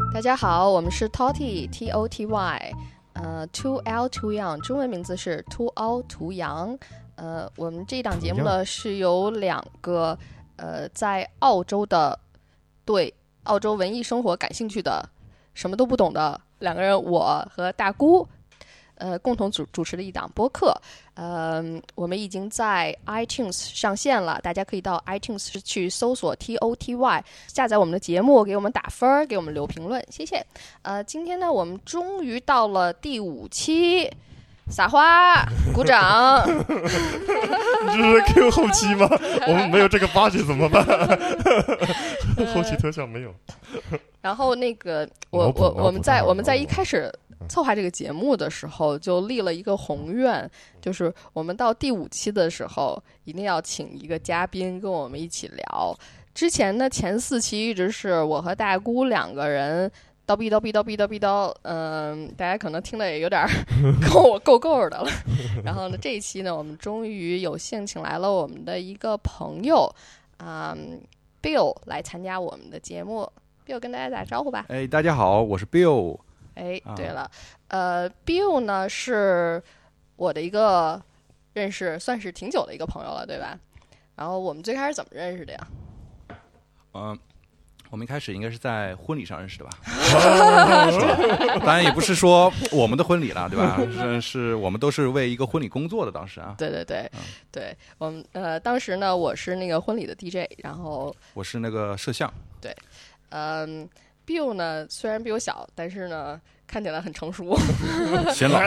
大家好，我们是 Totty TOTY，Too L Too Young， 中文名字是 Too All Too Young。我们这一档节目呢是由两个在澳洲的对澳洲文艺生活感兴趣的什么都不懂的两个人，我和大姑共同主持的一档播客。我们已经在 iTunes 上线了，大家可以到 iTunes 去搜索 TOTY， 下载我们的节目，给我们打分，给我们留评论，谢谢。今天呢，我们终于到了第5期，撒花，鼓掌。 你这是 Q 后期吗？我们没有这个budget怎么办？后期特效没有。 然后那个我们在一开始策划这个节目的时候就立了一个宏愿，就是我们到第5期的时候一定要请一个嘉宾跟我们一起聊。之前呢前4期一直是我和大姑两个人叨逼叨逼叨逼叨逼叨，大家可能听的也有点够的了。然后呢这一期呢我们终于有幸请来了我们的一个朋友Bill 来参加我们的节目。Bill 跟大家打招呼吧。 大家好，我是 Bill。 对了，Bill 呢是我的一个认识算是挺久的一个朋友了，对吧？然后我们最开始怎么认识的呀？ 我们一开始应该是在婚礼上认识的吧？当然也不是说我们的婚礼了，对吧？是我们都是为一个婚礼工作的，当时啊。 对，对，我们当时呢，我是那个婚礼的 DJ， 然后我是那个摄像。 对，Bill 呢虽然比我小，但是呢看起来很成熟。 显老。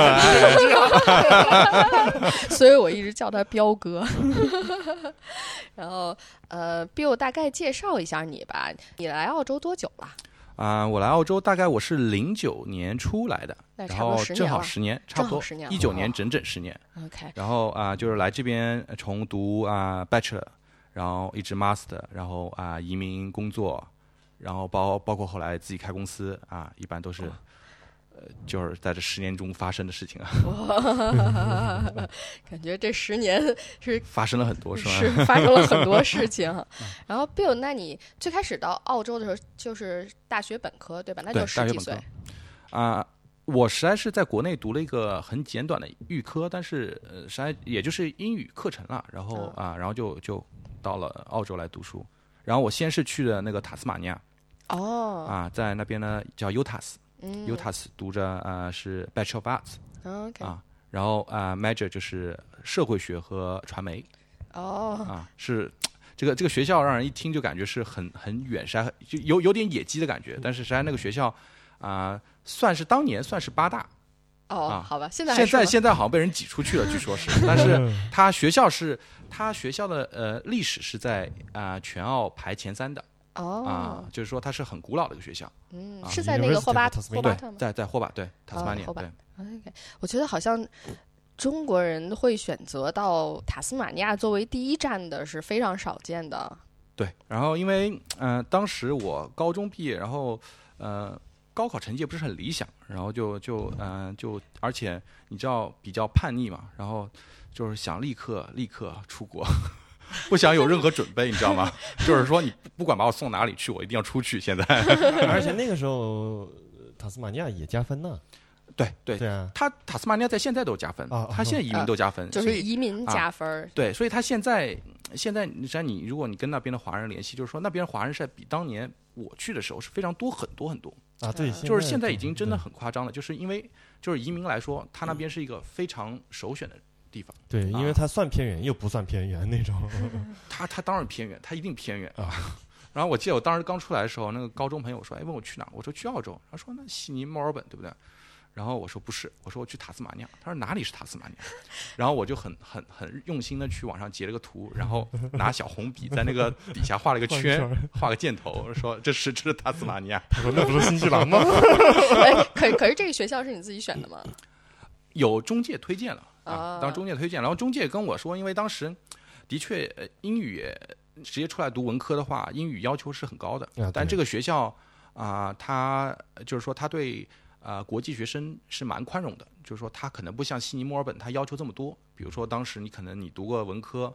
所以我一直叫他彪哥。然后Bill 大概介绍一下你吧，你来澳洲多久了？ 我来澳洲大概我是09年初来的，然后正好10年，差不多19年整整10年。 OK。 然后就是来这边从读Bachelor， 然后一直 Master， 然后移民工作。然后包括后来自己开公司一般都是，就是在这10年中发生的事情啊。 感觉这10年是发生了很多，是吧？ 是发生了很多事情。然后 Bill， 那你最开始到澳洲的时候就是大学本科对吧？那就10几岁。 我实在是在国内读了一个很简短的预科，但是实在也就是英语课程了。然后然后就到了澳洲来读书。然后我先是去的那个塔斯马尼亚。在那边呢叫 UTAS，UTAS 读着是 Bachelor of Arts， 然后Major 就是社会学和传媒。是这个学校让人一听就感觉是很远，实在就有点野鸡的感觉，但是实在那个学校算是当年算是8大。 好吧，现在好像被人挤出去了，据说是，但是他学校的历史是在全澳排前3的。就是说它是很古老的一个学校。 是在那个霍巴特吗？ 在霍巴，对，塔斯马尼亚。对。 OK， 我觉得好像中国人会选择到塔斯马尼亚作为第一站的是非常少见的。 对，然后因为当时我高中毕业，然后高考成绩也不是很理想，然后就而且你知道比较叛逆嘛，然后就是想立刻出国。不想有任何准备，你知道吗？就是说你不管把我送哪里去，我一定要出去。现在， 而且那个时候塔斯马尼亚也加分呢。 对啊，他塔斯马尼亚在现在都加分，他现在移民都加分， 就是移民加分。 对，所以他现在你如果你跟那边的华人联系，就是说那边华人是比当年我去的时候是非常多很多对， 就是现在已经真的很夸张了，就是因为就是移民来说，他那边是一个非常首选的地方。 对，因为它算偏远又不算偏远那种。 他当然偏远，他一定偏远啊。然后我记得我当时刚出来的时候，那个高中朋友说：“问我去哪？”我说：“去澳洲。”他说：“那悉尼、墨尔本，对不对？”然后我说：“不是，我说我去塔斯马尼亚。”他说：“哪里是塔斯马尼亚？”然后我就很用心的去网上截了个图，然后拿小红笔在那个底下画了个圈，画个箭头，说这是塔斯马尼亚。 他说：“那不是新西兰吗？” 可是这个学校是你自己选的吗？ 有中介推荐了。当中介推荐，然后中介跟我说，因为当时的确英语直接出来读文科的话，英语要求是很高的。但这个学校他就是说他对国际学生是蛮宽容的，就是说他可能不像悉尼、墨尔本他要求这么多。比如说当时你可能你读过文科，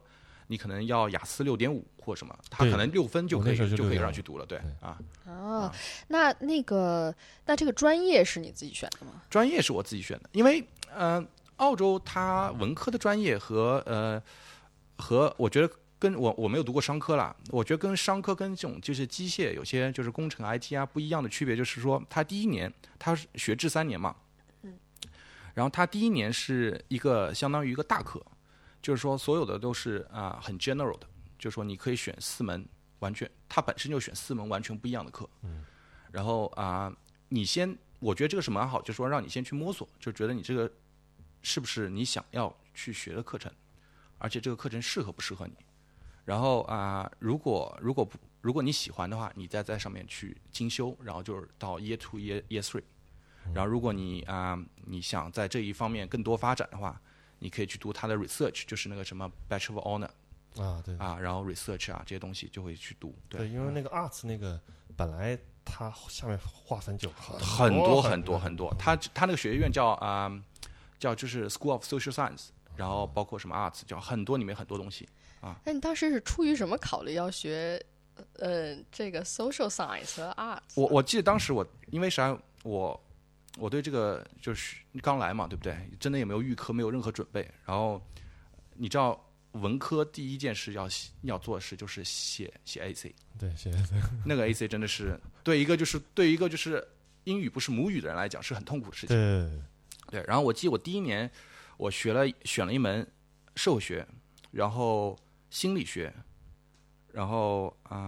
你可能要雅思6.5或什么，他对可能6分就可以我那时候就6.5 让去读了，对啊。 哦，那这个专业是你自己选的吗？ 专业是我自己选的，因为澳洲它文科的专业和我觉得跟我没有读过商科啦，我觉得跟商科跟这种就是机械有些就是工程 IT 啊不一样的区别，就是说它第一年它学制3年嘛，然后它第一年是一个相当于一个大课，就是说所有的都是很 general 的，就是说你可以选4门完全，它本身就选4门完全不一样的课，然后我觉得这个是蛮好，就是说让你先去摸索，就觉得你这个是不是你想要去学的课程，而且这个课程适合不适合你。然后如果你喜欢的话，你再在上面去精修，然后就是到 Year 2 Year 3。然后如果你想在这一方面更多发展的话，你可以去读它的 research， 就是那个什么 Bachelor of Honor 对然后 research 这些东西就会去读。 对，因为那个 arts 那个本来它下面划分就很多，它那个学院叫就是 School of Social Science， 然后包括什么 arts， 叫很多里面很多东西那你当时是出于什么考虑要学这个 social science 和 arts？ 我记得当时因为啥我对这个就是刚来嘛，对不对？真的也没有预科，没有任何准备。然后你知道文科第一件事要做的事就是写 AC， 对，写那个 AC 真的是对一个就是英语不是母语的人来讲是很痛苦的事情。对。然后我记得我第一年我选了一门社会学，然后心理学，然后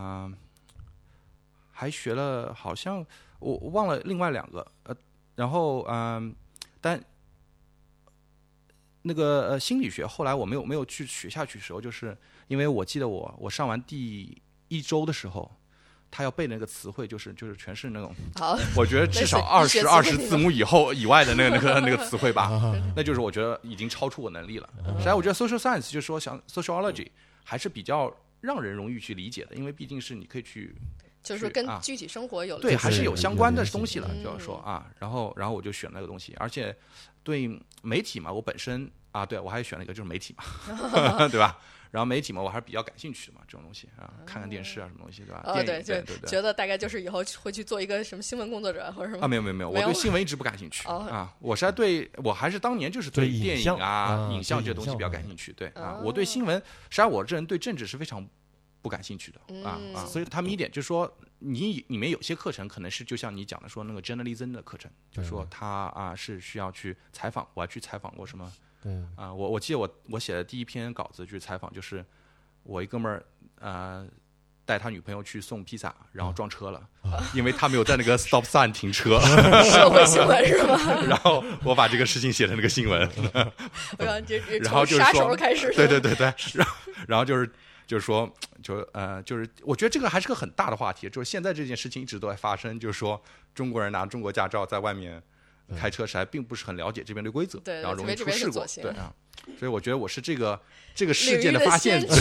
还学了好像我忘了另外2个然后但那个心理学后来我没有去学下去的时候，就是因为我记得我上完第1周的时候，他要背那个词汇，就是全是那种，我觉得至少20字母以外的那个词汇吧，那就是我觉得已经超出我能力了。实际上我觉得 social science 就是说像 sociology 还是比较让人容易去理解的，因为毕竟是你可以去。 就是说跟具体生活有对，还是有相关的东西了，就是说然后我就选那个东西，而且对媒体嘛，我本身对我还选了一个就是媒体嘛，对吧？然后媒体嘛，我还是比较感兴趣的嘛，这种东西看看电视什么东西，对吧？ 对，觉得大概就是以后会去做一个什么新闻工作者或者什么没有，我对新闻一直不感兴趣我还是当年就是对电影影像这些东西比较感兴趣，对我对新闻，实际上我这人对政治是非常不感兴趣的所以他们一点就是说，你里面有些课程可能是就像你讲的说那个 journalism 的课程，就是说他是需要去采访，我还去采访过什么我记得我写的第一篇稿子去采访，就是我一哥们儿带他女朋友去送披萨，然后撞车了，因为他没有在那个 stop sign 停车， 社会新闻是吗？ 然后我把这个事情写成那个新闻，然后就是杀手开始， 对，然后就是说，就是我觉得这个还是个很大的话题，就是现在这件事情一直都在发生，就是说中国人拿中国驾照在外面开车时还并不是很了解这边的规则，然后容易出事故，对所以我觉得我是这个事件的发现者。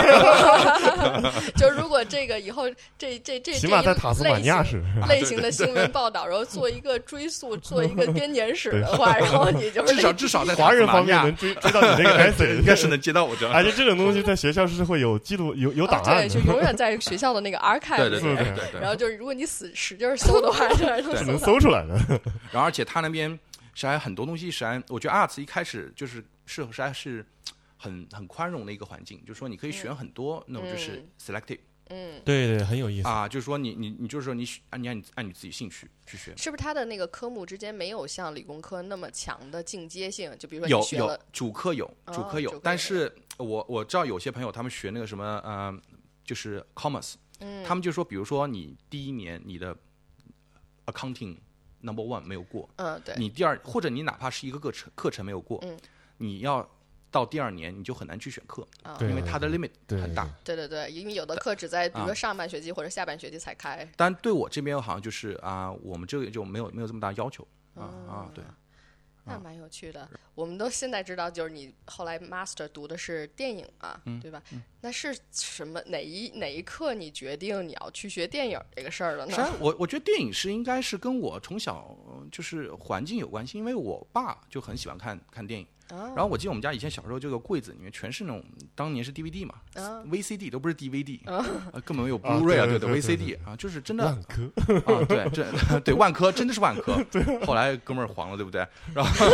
就如果这个以后这起码在塔斯马尼亚是类型的新闻报道，然后做一个追溯，做一个编年史的话，然后你就是至少在华人方面能追到你这个 essay， 应该是能接到我这。 而且这种东西在学校是会有记录有档案的， 对，就永远在学校的那个 archive 里面。 对。 然后就是如果你使劲搜的话，是能搜出来的。 然后而且他那边实际上很多东西，实际上我觉得 arts 一开始就是实际上是很宽容的一个环境，就是说你可以选很多那种就是 selective， 对，很有意思就是说你就是说你按你自己兴趣去学， 是不是他的那个科目之间没有像理工科那么强的进阶性？就比如说有你学了主科有，但是我知道有些朋友他们学那个什么就是 commerce，他们就说比如说你第一年你的 accounting No.1 没有过， 对， 你第二或者你哪怕是一个课程没有过，你要到第2年你就很难去选课，因为它的 limit 很大。 对，因为有的课只在比如说上半学期或者下半学期才开。 但对我这边好像就是我们这个就没有这么大要求对。 那蛮有趣的。我们都现在知道，就是你后来 master 读的是电影对吧？那是什么哪一刻你决定你要去学电影这个事儿了呢？ 实际上我觉得电影是应该是跟我从小就是环境有关系，因为我爸就很喜欢看电影， 然后我记得我们家以前小时候这个柜子里面全是那种当年是 DVD 嘛，VCD 都不是 DVD，根本没有 Blu-ray 啊，对的 VCD 啊，就是真的万科啊，对，对万科真的是万科，后来哥们儿黄了，对不对？然后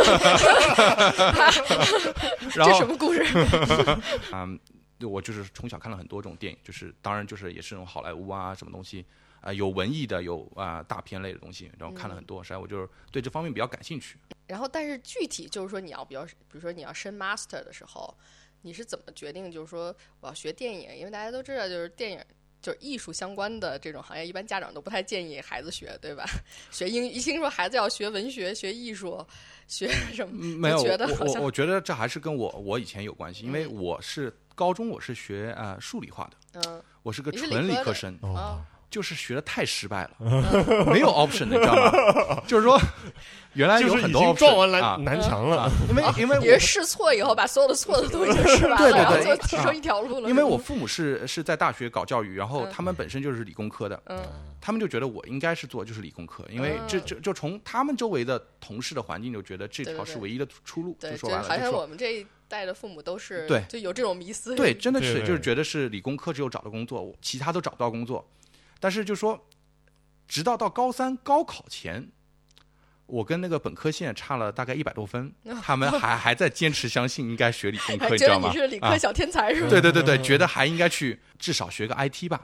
这什么故事？ 我就是从小看了很多这种电影，就是当然就是也是那种好莱坞啊什么东西有文艺的，有大片类的东西，然后看了很多，实际上我就是对这方面比较感兴趣。 然后，但是具体就是说，你要比如说你要升 master 的时候，你是怎么决定？就是说我要学电影，因为大家都知道，就是电影就是艺术相关的这种行业，一般家长都不太建议孩子学，对吧？学英语，一听说孩子要学文学、学艺术、学什么， 没有， 觉得好像我觉得这还是跟我以前有关系，因为我是高中我是学数理化的，我是个纯理科生。就是学的太失败了，没有 option 的，你知道吗？就是说，原来有很多 option 撞完南墙了， 因为你是试错以后把所有的错的都已经试完了， 对， 然后就只剩一条路了。 因为我父母是在大学搞教育，然后他们本身就是理工科的，他们就觉得我应该是做就是理工科，因为就从他们周围的同事的环境就觉得这条是唯一的出路， 对， 就说白了， 好像我们这一代的父母都是对， 就有这种迷思， 对，真的是就是觉得是理工科只有找到工作，其他都找不到工作，但是就说。直到高三高考前，我跟那个本科线差了大概100多分，他们还在坚持相信应该学理工科，你知道吗？ 你是理科小天才是吧？ 对，觉得还应该去至少学个 IT 吧。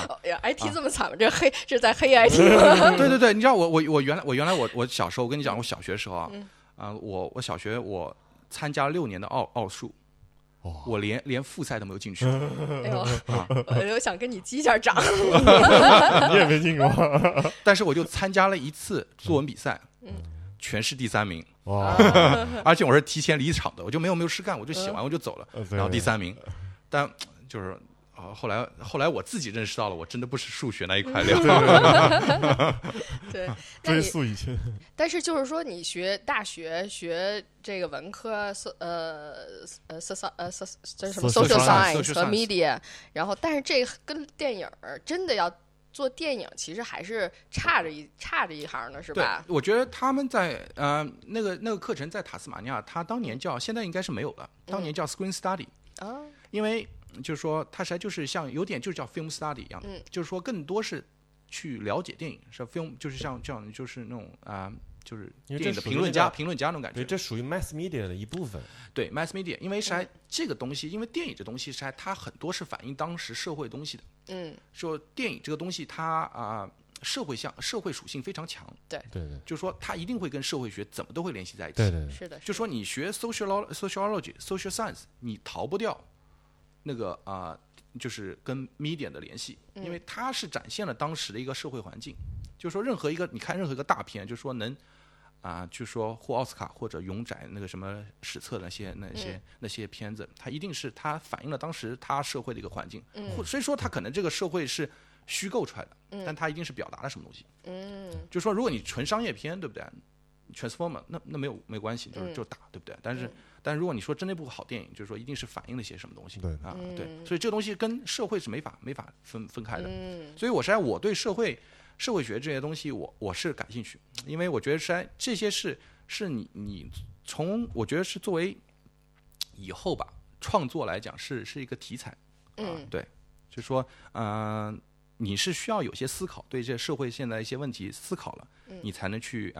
IT 这么惨吗？这在黑 IT 吗？对，你知道我原来我小时候，我跟你讲，我小学时候我小学我参加了6年的奥数。我连复赛都没有进去。 哎呦，我就想跟你击一下掌。 你也没进过。 但是我就参加了一次作文比赛，全市第3名。 哇！ 而且我是提前离场的，我就没有事干，我就写完我就走了，然后第3名。但就是后来我自己认识到了，我真的不是数学那一块料。 对， 追溯以前。 但是就是说，你大学学这个文科，这是什么 social science 和 media， 然后但是这个跟电影真的要做电影，其实还是差着一行的，是吧？ 对，我觉得他们在那个课程在塔斯马尼亚，他当年现在应该是没有了，当年叫 screen study 因为。就是说，它实际就是像有点就叫 film study 一样的，就是说更多是去了解电影，是 film， 就是像这样，就是那种就是电影的评论家那种感觉。 对，这属于 mass media 的一部分。 对 mass media， 因为实际这个东西，因为电影这东西实际它很多是反映当时社会东西的。说电影这个东西它社会属性非常强。 对， 就是说它一定会跟社会学怎么都会联系在一起。 对， 是的。 就说你学 sociology、social science， 你逃不掉。那个就是跟 media 的联系，因为它是展现了当时的一个社会环境。就是说，你看任何一个大片，就是说能就说获奥斯卡或者永载那个什么史册的那些片子，它一定是它反映了当时它社会的一个环境。所以说，它可能这个社会是虚构出来的，但它一定是表达了什么东西。就是说，如果你纯商业片，对不对？Transformer 那没有关系，就打，对不对？但如果你说真的一部好电影，就是说一定是反映了些什么东西。 对对，所以这个东西跟社会是没法分开的。所以实际上我对社会学这些东西我是感兴趣，因为我觉得实际上这些是你从我觉得是作为以后吧创作来讲是一个题材。对，就是说你是需要有些思考，对这社会现在一些问题思考了，你才能去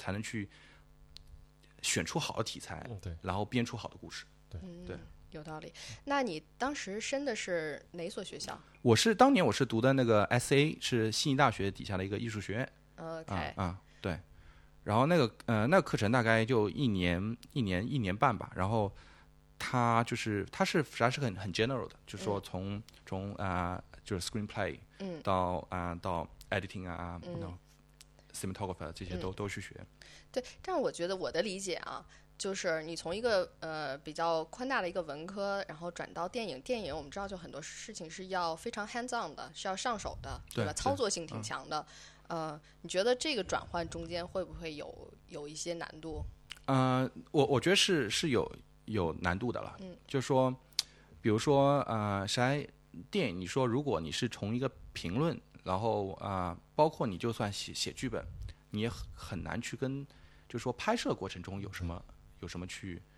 选出好的题材，然后编出好的故事。对， 有道理。那你当时申的是哪所学校？ 当年我是读的那个 SA， 是悉尼大学底下的一个艺术学院。 OK。 对。然后那个课程大概就一年半吧。然后它是实际上是很 general 的，就是说从就是 screenplay 到 editing cinematographer 这些都去学。 对，但是我觉得我的理解就是你从一个比较宽大的一个文科，然后转到电影我们知道就很多事情是要非常 hands on 的，是要上手的，对吧？操作性挺强的。你觉得这个转换中间会不会有一些难度？ 我觉得是有难度的了。就是说，比如说电影，你说如果你是从一个评论，然后包括你就算写剧本，你也很难去跟就是说拍摄过程中有什么去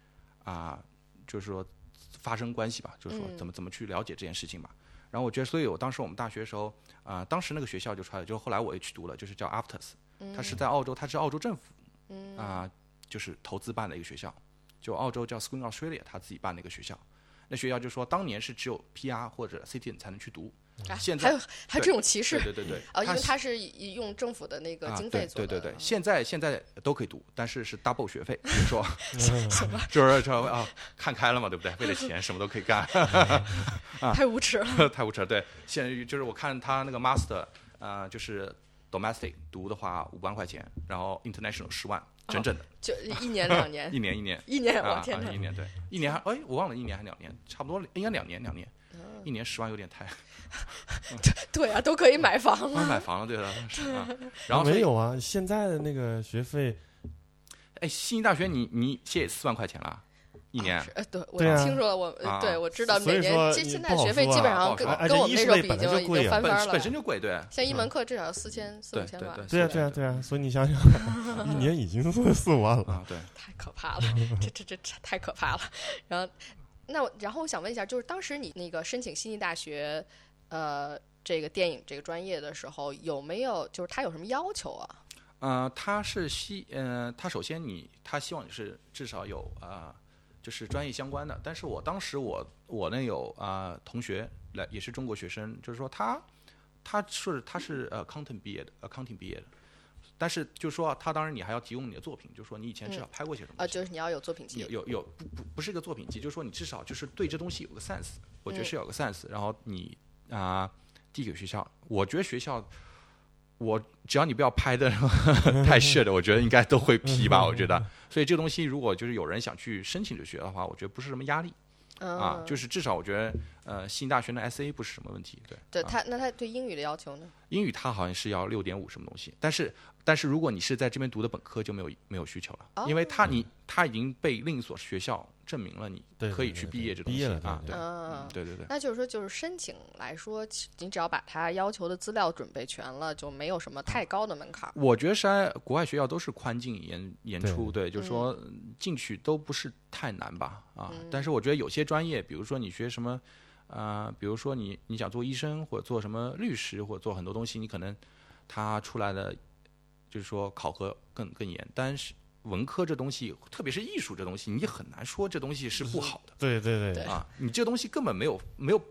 就是说发生关系吧，就是说怎么去了解这件事情吧。然后我觉得，所以当时我们大学的时候当时那个学校就出来了，就后来我也去读了，就是叫 Aftus，它是在澳洲，它是澳洲政府就是投资办的一个学校，就澳洲叫 Screen Australia， 他自己办的一个学校。那学校就说当年是只有 PR 或者 Citizen 才能去读，现在还有这种歧视？ 对， 因为它是用政府的那个经费做的。 对，现在都可以读，但是是 double 学费，就是说就是看开了嘛，对不对？为了钱什么都可以干， 太无耻了， 太无耻了。对，现在就是我看他那个 master，就是 domestic 读的话5万块钱，然后 international 10万。整整的， 就1年2年， 一年， 我天哪， 一年对，一年我忘了1年还是2年，差不多应该2年，一年10万有点太， 对啊，都可以买房了， 买房了，对的，然后没有啊，现在的那个学费， 悉尼大学你也4万块钱了。1年， 对，我听说了，对，我知道每年现在学费基本上跟我们那时候比已经翻番了， 本身就贵，对。 像一门课至少4,000-5,000吧。 对啊，所以你想想，一年已经4万了， 对， 太可怕了，这太可怕了。然后我想问一下，就是当时你那个申请悉尼大学，这个电影这个专业的时候，有没有就是他有什么要求啊？ 他首先他希望你是至少有就是专业相关的，但是我当时我那有同学来也是中国学生，就是说他是accounting 毕业的，但是就是说他当然你还要提供你的作品，就是说你以前至少拍过些什么就是你要有作品集， 有不是一个作品集，就是说你至少就是对这东西有个 sense， 我觉得是有个 sense，然后你递给学校，我觉得学校。只要你不要拍的太shit的，我觉得应该都会批吧，我觉得。所以这个东西如果就是有人想去申请这学的话，我觉得不是什么压力。就是至少我觉得悉尼大学的 SA 不是什么问题。 对，他对英语的要求呢？ 英语他好像是要6.5什么东西，但是如果你是在这边读的本科就没有需求了，因为他已经被另一所学校证明了你可以去毕业这东西对。 那就是说，就是申请来说，你只要把他要求的资料准备全了，就没有什么太高的门槛。 我觉得是国外学校都是宽进严出，对，就是说进去都不是太难吧，但是我觉得有些专业，比如说你学什么，比如说你想做医生或者做什么律师或者做很多东西，你可能他出来的就是说考核更严，但是文科这东西，特别是艺术这东西，你很难说这东西是不好的。 对你这东西根本没有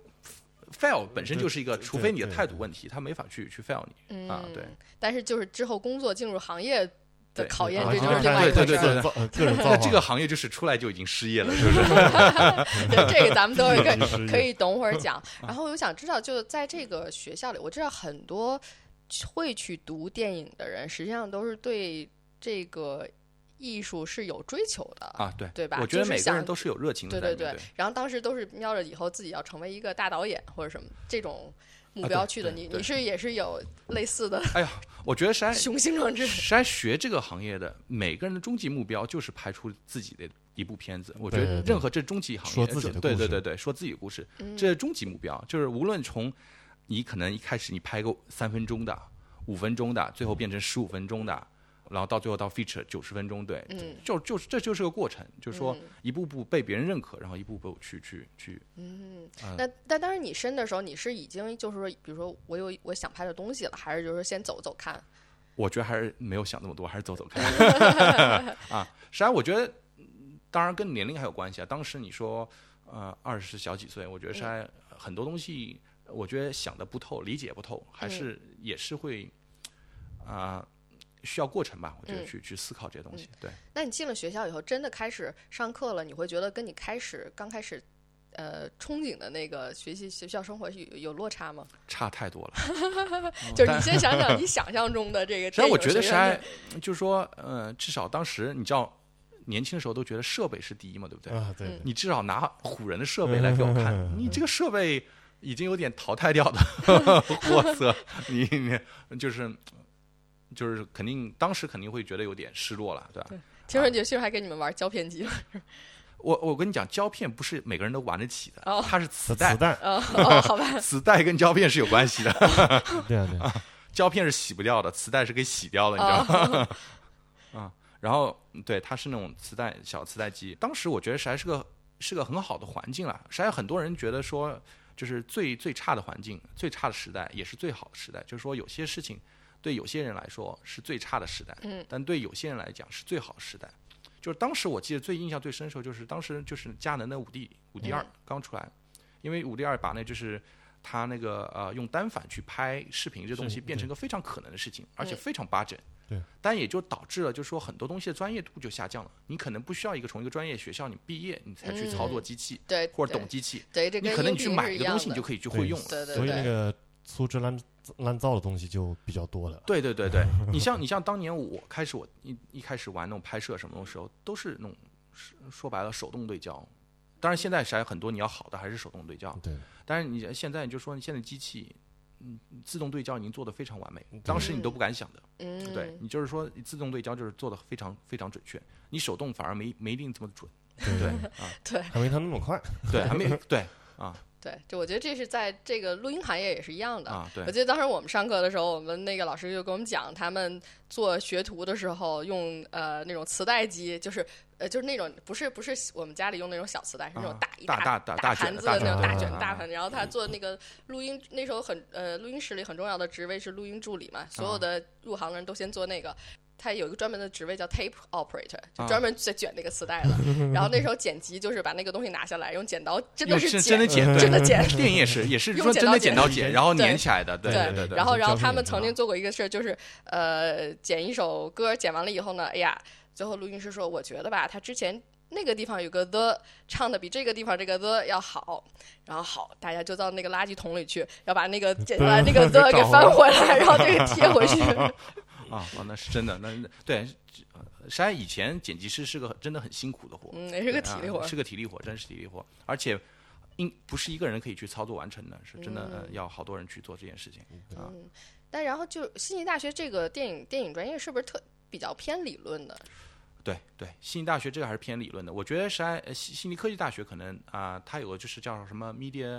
fail 本身就是一个，除非你的态度问题，他没法去 fail 你对。 但是就是之后工作进入行业的考验，这就是另外一回事。 那这个行业就是出来就已经失业了，是不是？ 这个咱们都可以等会儿讲。然后我想知道，就在这个学校里，我知道很多会去读电影的人，实际上都是对这个艺术是有追求的对吧？ 我觉得每个人都是有热情的， 对。然后当时都是瞄着以后自己要成为一个大导演或者什么这种目标去的。你也是有类似的？ 哎呀，我觉得雄心壮志。 学这个行业的每个人的终极目标就是拍出自己的一部片子。我觉得任何这终极行业， 说自己的故事， 对，说自己的故事，这是终极目标。就是无论从你可能一开始你拍个3分钟的、5分钟的，最后变成15分钟的。然后到最后到 feature 90分钟，对，这就是个过程，就是说一步步被别人认可，然后一步步去。 那当时你申的时候，你是已经就是说，比如说我想拍的东西了，还是就是说先走走看？ 我觉得还是没有想那么多，还是走走看。实际上我觉得，当然跟年龄还有关系啊。当时你说20小几岁，我觉得实际上很多东西，我觉得想的不透，理解不透，还是也是会需要过程吧，我觉得去思考这些东西。对。 那你进了学校以后，真的开始上课了，你会觉得跟你刚开始憧憬的那个学校生活有落差吗？ 差太多了。 就是你先想想你想象中的这个。 实际上我觉得就是说，至少当时你知道，年轻的时候都觉得设备是第一嘛，对不对？ 对。 你至少拿唬人的设备来给我看，你这个设备已经有点淘汰掉的货色，你就是当时肯定会觉得有点失落了，对吧？ 听说你还给你们玩胶片机了。 我跟你讲，胶片不是每个人都玩得起的，它是磁带。 好吧。 磁带跟胶片是有关系的。 对。 胶片是洗不掉的，磁带是可以洗掉的，你知道吗？ 然后对，它是那种小磁带机。当时我觉得实在是个很好的环境了。实在很多人觉得说，就是最差的环境、最差的时代，也是最好的时代。就是说有些事情对有些人来说是最差的时代，但对有些人来讲是最好的时代。就是当时我记得印象最深的时候，就是当时就是佳能的5D2刚出来，因为5D2把那就是它那个用单反去拍视频这东西变成一个非常可能的事情，而且非常budget。 对， 但也就导致了，就是说很多东西的专业度就下降了。你可能不需要从一个专业学校你毕业，你才去操作机器， 对， 或者懂机器。 对，这你可能你去买一个东西，你就可以去会用了。 对， 所以那个粗制滥造的东西就比较多了。 对，你像当年我一开始玩那种拍摄什么的时候，都是那种说白了手动对焦。当然现在还有很多你要好的还是手动对焦。 对， 但是你现在就说现在机器。自动对焦已经做得非非常完美，当时你都不敢想的。对，你就是说自动对焦就是做得非常非常准确，你手动反而没一定这么准。 对， 还没他那么快。 对，还没对啊。 对，就我觉得这是在这个录音行业也是一样的啊。对， 我记得当时我们上课的时候，我们那个老师就跟我们讲，他们做学徒的时候用那种磁带机，就是那种不是我们家里用那种小磁带，是那种大盘子的那种大盘。然后他做那个录音，那时候录音室里很重要的职位是录音助理嘛，所有的入行的人都先做那个。他有一个专门的职位叫 tape operator， 就专门在卷那个磁带的。然后那时候剪辑就是把那个东西拿下来，用剪刀真的剪， 真的剪。电影也是说真的剪刀剪，然后粘起来的。对。 然后他们曾经做过一个事，就是剪一首歌，剪完了以后呢，哎呀，最后录音师说，我觉得吧，他之前那个地方有个 the 唱的比这个地方这个 the 要好，然后好，大家就到那个垃圾桶里去，要把那个剪下来那个 the 给翻回来，然后这个贴回去。 那是真的。那对，实在以前剪辑师是个真的很辛苦的活， 也是个体力活， 是个体力活，真是体力活，而且不是一个人可以去操作完成的，是真的要好多人去做这件事情啊。 但然后就悉尼大学这个电影专业是不是比较偏理论的？ 对，悉尼大学这个还是偏理论的。我觉得悉尼科技大学可能它有个就是叫什么 media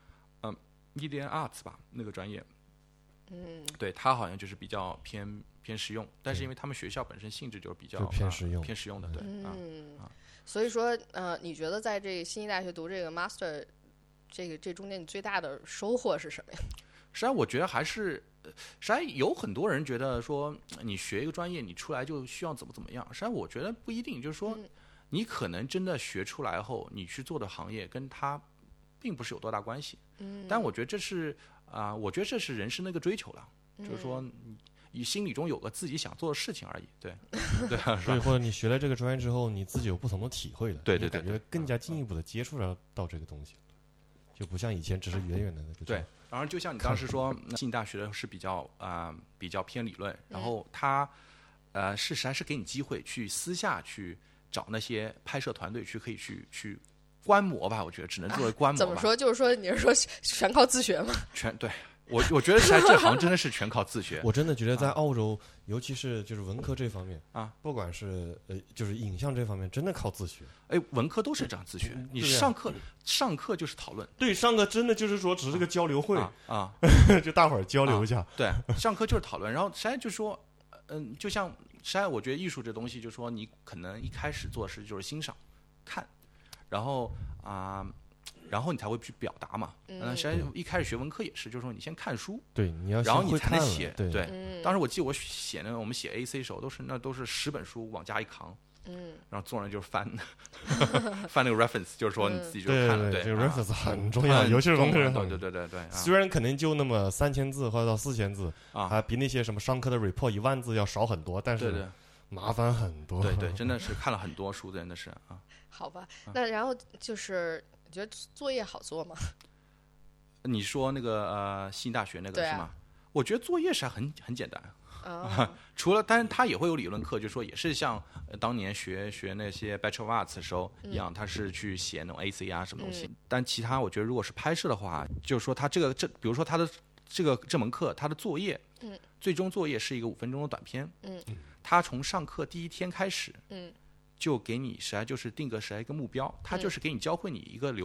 arts 吧，那个专业。对，它好像就是比较偏实用，但是因为他们学校本身性质就是比较偏实用的，对。 所以说你觉得在这悉尼大学读这个 master， 这中间你最大的收获是什么呀？ 实际上我觉得还是，实际上有很多人觉得说你学一个专业你出来就需要怎么样，实际上我觉得不一定，就是说你可能真的学出来后你去做的行业跟它并不是有多大关系。但我觉得这是我觉得这是人生的一个追求了，就是说你心里中有个自己想做的事情而已。对， 所以或者你学了这个专业之后，你自己有不同的体会了， 对， 感觉更加进一步的接触到这个东西，就不像以前只是远远的那个。 对，然后就像你当时说，悉尼大学的是比较偏理论，然后它实在是给你机会去私下去找那些拍摄团队可以去观摩吧，我觉得只能作为观摩吧。 怎么说？就是说你是说全靠自学吗？ 对。我觉得在这行真的是全靠自学。 我真的觉得在澳洲，尤其是就是文科这方面不管是就是影像这方面，真的靠自学。 文科都是这样自学。你上课就是讨论。 对，上课真的就是说只是个交流会就大伙儿交流一下。 对，上课就是讨论。然后实在就说，就像实在我觉得艺术这东西，就是说你可能一开始做的事就是欣赏、看，然后你才会去表达嘛。实际上一开始学文科也是，就是说你先看书， 对，你要然后你才能写。 对， 当时我记得我我们写 AC 的时候，都是10本书往家一扛，然后做人就是翻那个 reference， 就是说你自己就看了。对， 这个 reference 很重要，尤其是文科人。 对。 虽然可能就那么3000字或者到4000字比那些什么商科的 report 10000字要少很多，但是麻烦很多。 对，真的是看了很多书，真的是好吧，那然后就是你觉得作业好做吗？ 你说那个悉尼大学那个是吗？我觉得作业是很简单。除了，当然它也会有理论课，就是说也是像当年学那些 Bachelor of Arts 的时候一样，他是去写那种 AC 什么东西。但其他我觉得如果是拍摄的话，就是说他比如说他的这门课，他的作业，最终作业是一个5分钟的短片。他从上课第一天开始，就给你实在就是定个一个目标，他就是给你教会你一个流程，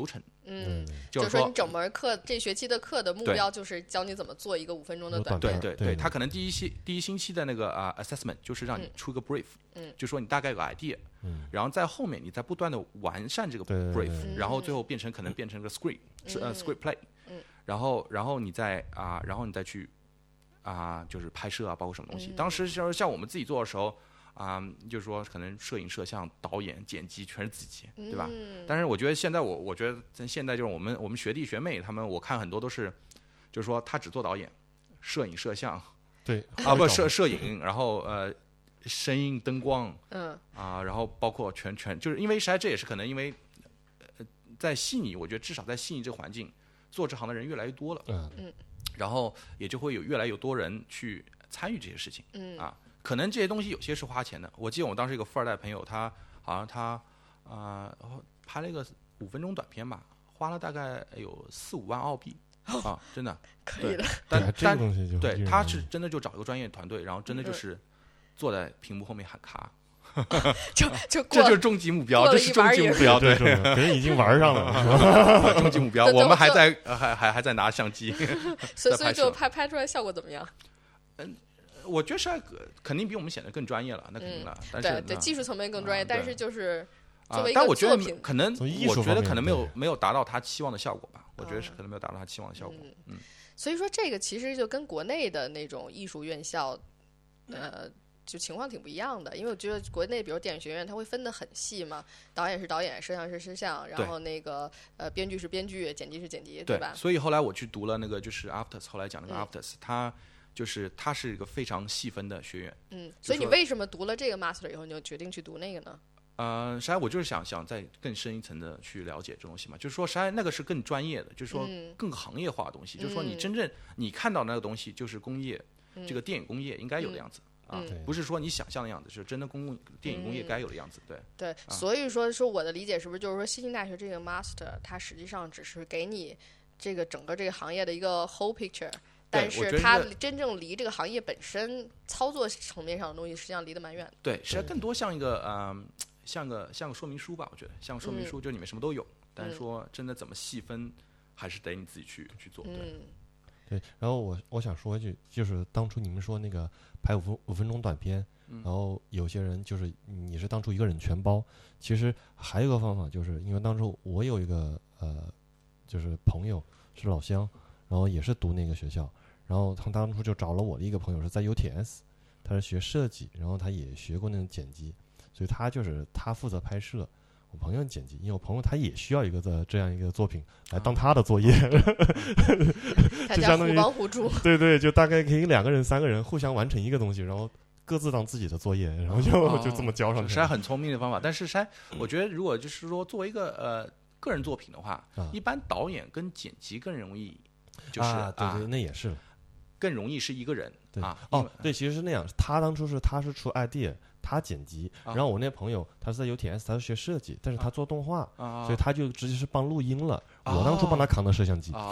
就是说你整门课这学期的课的目标就是教你怎么做一个5分钟的短片。 对，他可能第一星期的那个assessment 就是让你出个 brief，就说你大概有个 idea，然后在后面你再不断的完善这个 brief，然后最后可能变成个 script play，然后你再去就是拍摄包括什么东西。当时就是像我们自己做的时候。就是说可能摄影摄像导演剪辑全是自己，对吧？但是我觉得现在我觉得现在就是我们学弟学妹他们，我看很多都是，就是说他只做导演、摄影摄像， 对摄影，然后声音灯光，然后包括全就是因为实在这也是可能因为在悉尼，我觉得至少在悉尼这个环境做这行的人越来越多了，然后也就会有越来越多人去参与这些事情，可能这些东西有些是花钱的。我记得我当时一个富二代朋友，他好像他拍了一个5分钟短片吧，花了大概有4-5万澳币真的可以的。 但这个东西就对，他是真的就找一个专业团队，然后真的就是坐在屏幕后面喊卡。这就是终极目标，这是终极目标，对， 人已经玩上了， 终极目标，我们还在拿相机， 所以就拍出来效果怎么样？ 我觉得肯定比我们显得更专业了，那肯定了。但是对技术层面更专业，但是就是作为一个作品， 可能我觉得可能没有达到他期望的效果吧。我觉得是可能没有达到他期望的效果。 所以说这个其实就跟国内的那种艺术院校，就情况挺不一样的。因为我觉得国内比如电影学院，它会分得很细嘛，导演是导演，摄像是摄像，然后那个编剧是编剧，剪辑是剪辑，对吧？ 所以后来我去读了那个就是 Afters， 后来讲那个 Afters，它是一个非常细分的学院。 所以你为什么读了这个 master 以后，你就决定去读那个呢？ 实际上我就是想再更深一层的去了解这东西嘛，就是说实际上那个是更专业的，就是说更行业化的东西，就是说你真正你看到那个东西就是工业，这个电影工业应该有的样子。不是说你想象的样子，是真的电影工业该有的样子。 对，所以说我的理解是不是就是说，西京大学这个 master 它实际上只是给你这个整个这个行业的一个 whole picture， 但是它真正离这个行业本身操作层面上的东西，实际上离得蛮远的。 对，实际上更多像一个像个说明书吧，我觉得像个说明书，就里面什么都有，但是说真的怎么细分，还是得你自己去做。 对，然后我想说一句，就是当初你们说那个拍5分钟短片，然后有些人就是你是当初一个人全包，其实还有一个方法，就是因为当初我有一个就是朋友是老乡，然后也是读那个学校，然后他当初就找了我的一个朋友是在 UTS， 他是学设计，然后他也学过那种剪辑，所以他负责拍摄。我朋友剪辑，因为我朋友他也需要一个这样一个作品来当他的作业， 就相当于互帮互助。 对，就大概可以2个人、3个人互相完成一个东西，然后各自当自己的作业，然后就这么交上去。 实在很聪明的方法，但是我觉得如果就是说作为一个个人作品的话，一般导演跟剪辑更容易，就是对，那也是更容易是一个人。 对，其实是那样，他当初他是出 idea。他剪辑，然后我那朋友他是在 UTS， 他是学设计，但是他做动画，所以他就直接是帮录音了。我当初帮他扛的摄像机，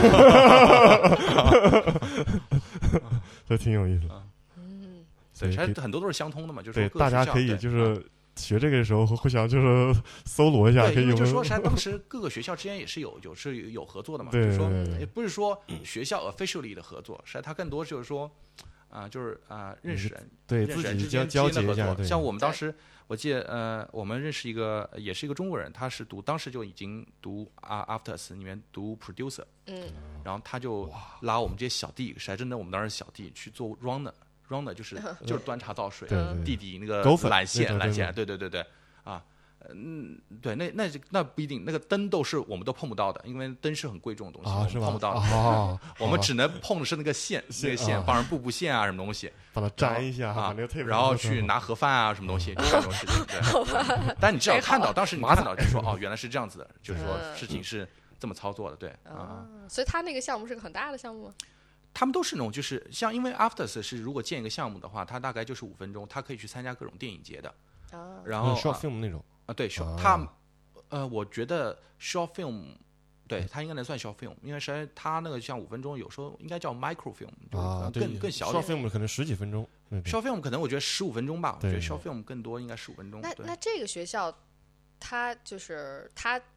这挺有意思。 对，很多都是相通的嘛，就是对，大家可以就是学这个的时候互相就是搜罗一下，可以就是说，当时各个学校之间也是有合作的嘛，就是说也不是说学校 officially 的合作，实际上它更多就是说。认识人， 对自己交接一下。 像我们当时，我记得我们认识也是一个中国人，他是当时就已经读Afters 里面读 producer，然后他就拉我们这些小弟，实在真的我们当时小弟去做 runner 就是端茶倒水，弟弟那个缆线，对对，那不一定，那个灯我们都碰不到的，因为灯是很贵重的东西，我们碰不到的。我们只能碰的是那个线，帮人布线啊，什么东西， 帮他粘一下然后去拿盒饭啊，什么东西，这种事情。对，但你至少看到，当时你看到就说原来是这样子的，就是说事情是这么操作的，对。 所以他那个项目是个很大的项目吗？ 他们都是那种，就是像因为 Afters 是如果建一个项目的话，它大概就是5分钟，它可以去参加各种电影节的。然后 short film 那种。 对，他我觉得 short film， 对，他应该能算 short film， 因为实际他那个像5分钟，有时候应该叫 micro film， 更小点。 short film 可能10几分钟 ，short film 可能我觉得15分钟吧，我觉得 short film 更多应该15分钟。 那这个学校，他就是他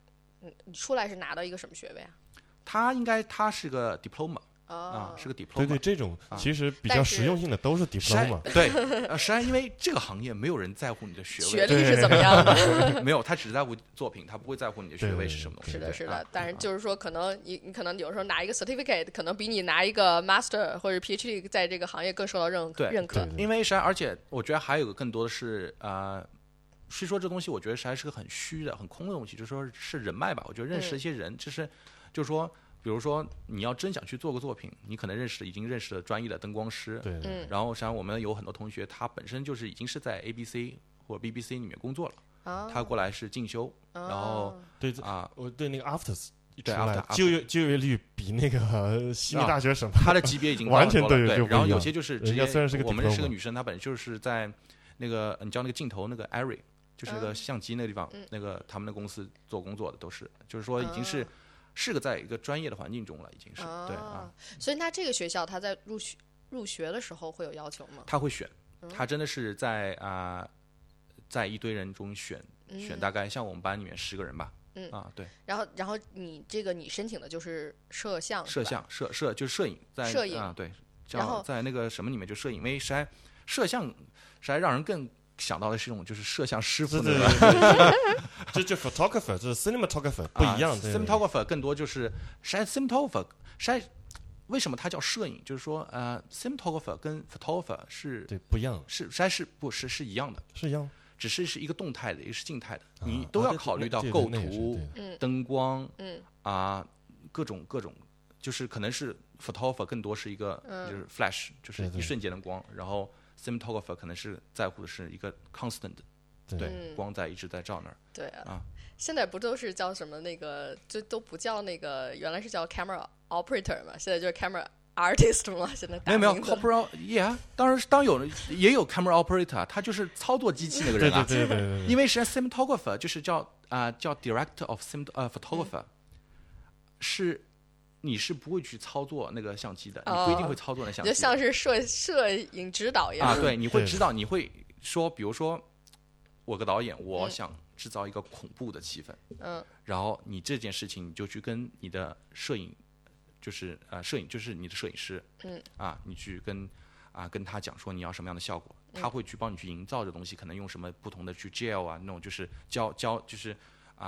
你出来是拿到一个什么学位啊？ 他是个 diploma。是个 diploma。 对，这种其实比较实用性的都是 diploma。 对，实际上因为这个行业没有人在乎你的学历是怎么样的， 没有，他只在乎作品，他不会在乎你的学位是什么东西。 是的，是的。但是就是说，可能你可能有时候拿一个 certificate， 可能比你拿一个 master 或者 PhD 在这个行业更受到认可。 因为实际上，而且我觉得还有个更多的是虽说这东西，我觉得实际上是个很虚的、很空的东西，就是说是人脉吧。我觉得认识一些人，就是说。比如说，你要真想去做个作品，你可能已经认识了专业的灯光师， 对， 然后实际上我们有很多同学，他本身就是已经是在 ABC 或 BBC 里面工作了，他过来是进修，然后我对那个 Afters 对就业率比那个悉尼大学省他的级别已经完全对， 然后有些就是直接虽然是个我们认识个女生，她本身就是在那个你知道那个镜头那个 Arri， 就是那个相机那个地方，那个他们的公司做工作的都是，就是说已经是个在一个专业的环境中了，已经是对啊。 所以那这个学校他在入学的时候会有要求吗？ 他会选，他真的是在一堆人中选大概像我们班里面10个人吧。对。然后你申请的就是摄像就是摄影，在摄影对。然后在那个什么里面就摄影，因为摄像实在让人更想到的是一种就是摄像师傅的， 这就 photographer， 这是 cinematographer 不一样。 cinematographer 更多就是cinematographer，为什么它叫摄影？就是说cinematographer 跟 photographer 是对不一样， 是一样的， 是一样， 只是一个动态的，一个是静态的，你都要考虑到构图、灯光各种，就是可能是 photographer 更多是一个就是 flash， 就是一瞬间的光，然后。cinematographer 可能是在乎的是一个 constant， 对，光在一直在照那儿。 对现在不都是叫什么那个，就都不叫那个，原来是叫 camera operator 嘛，现在就是 camera artist 嘛，现在没有 opera yeah， 当然也有 camera operator， 他就是操作机器那个人对， 因为实际上 cinematographer 就是叫 director of photographer， 是。你是不会去操作那个相机的，你不一定会操作那相机， 就像是摄影指导一样对，你会知道，你会说，比如说我个导演，我想制造一个恐怖的气氛，然后你这件事情你就去跟你的摄影，就是摄影就是你的摄影师，你去跟他讲说你要什么样的效果，他会去帮你去营造这东西，可能用什么不同的去 gel 那种就是胶就是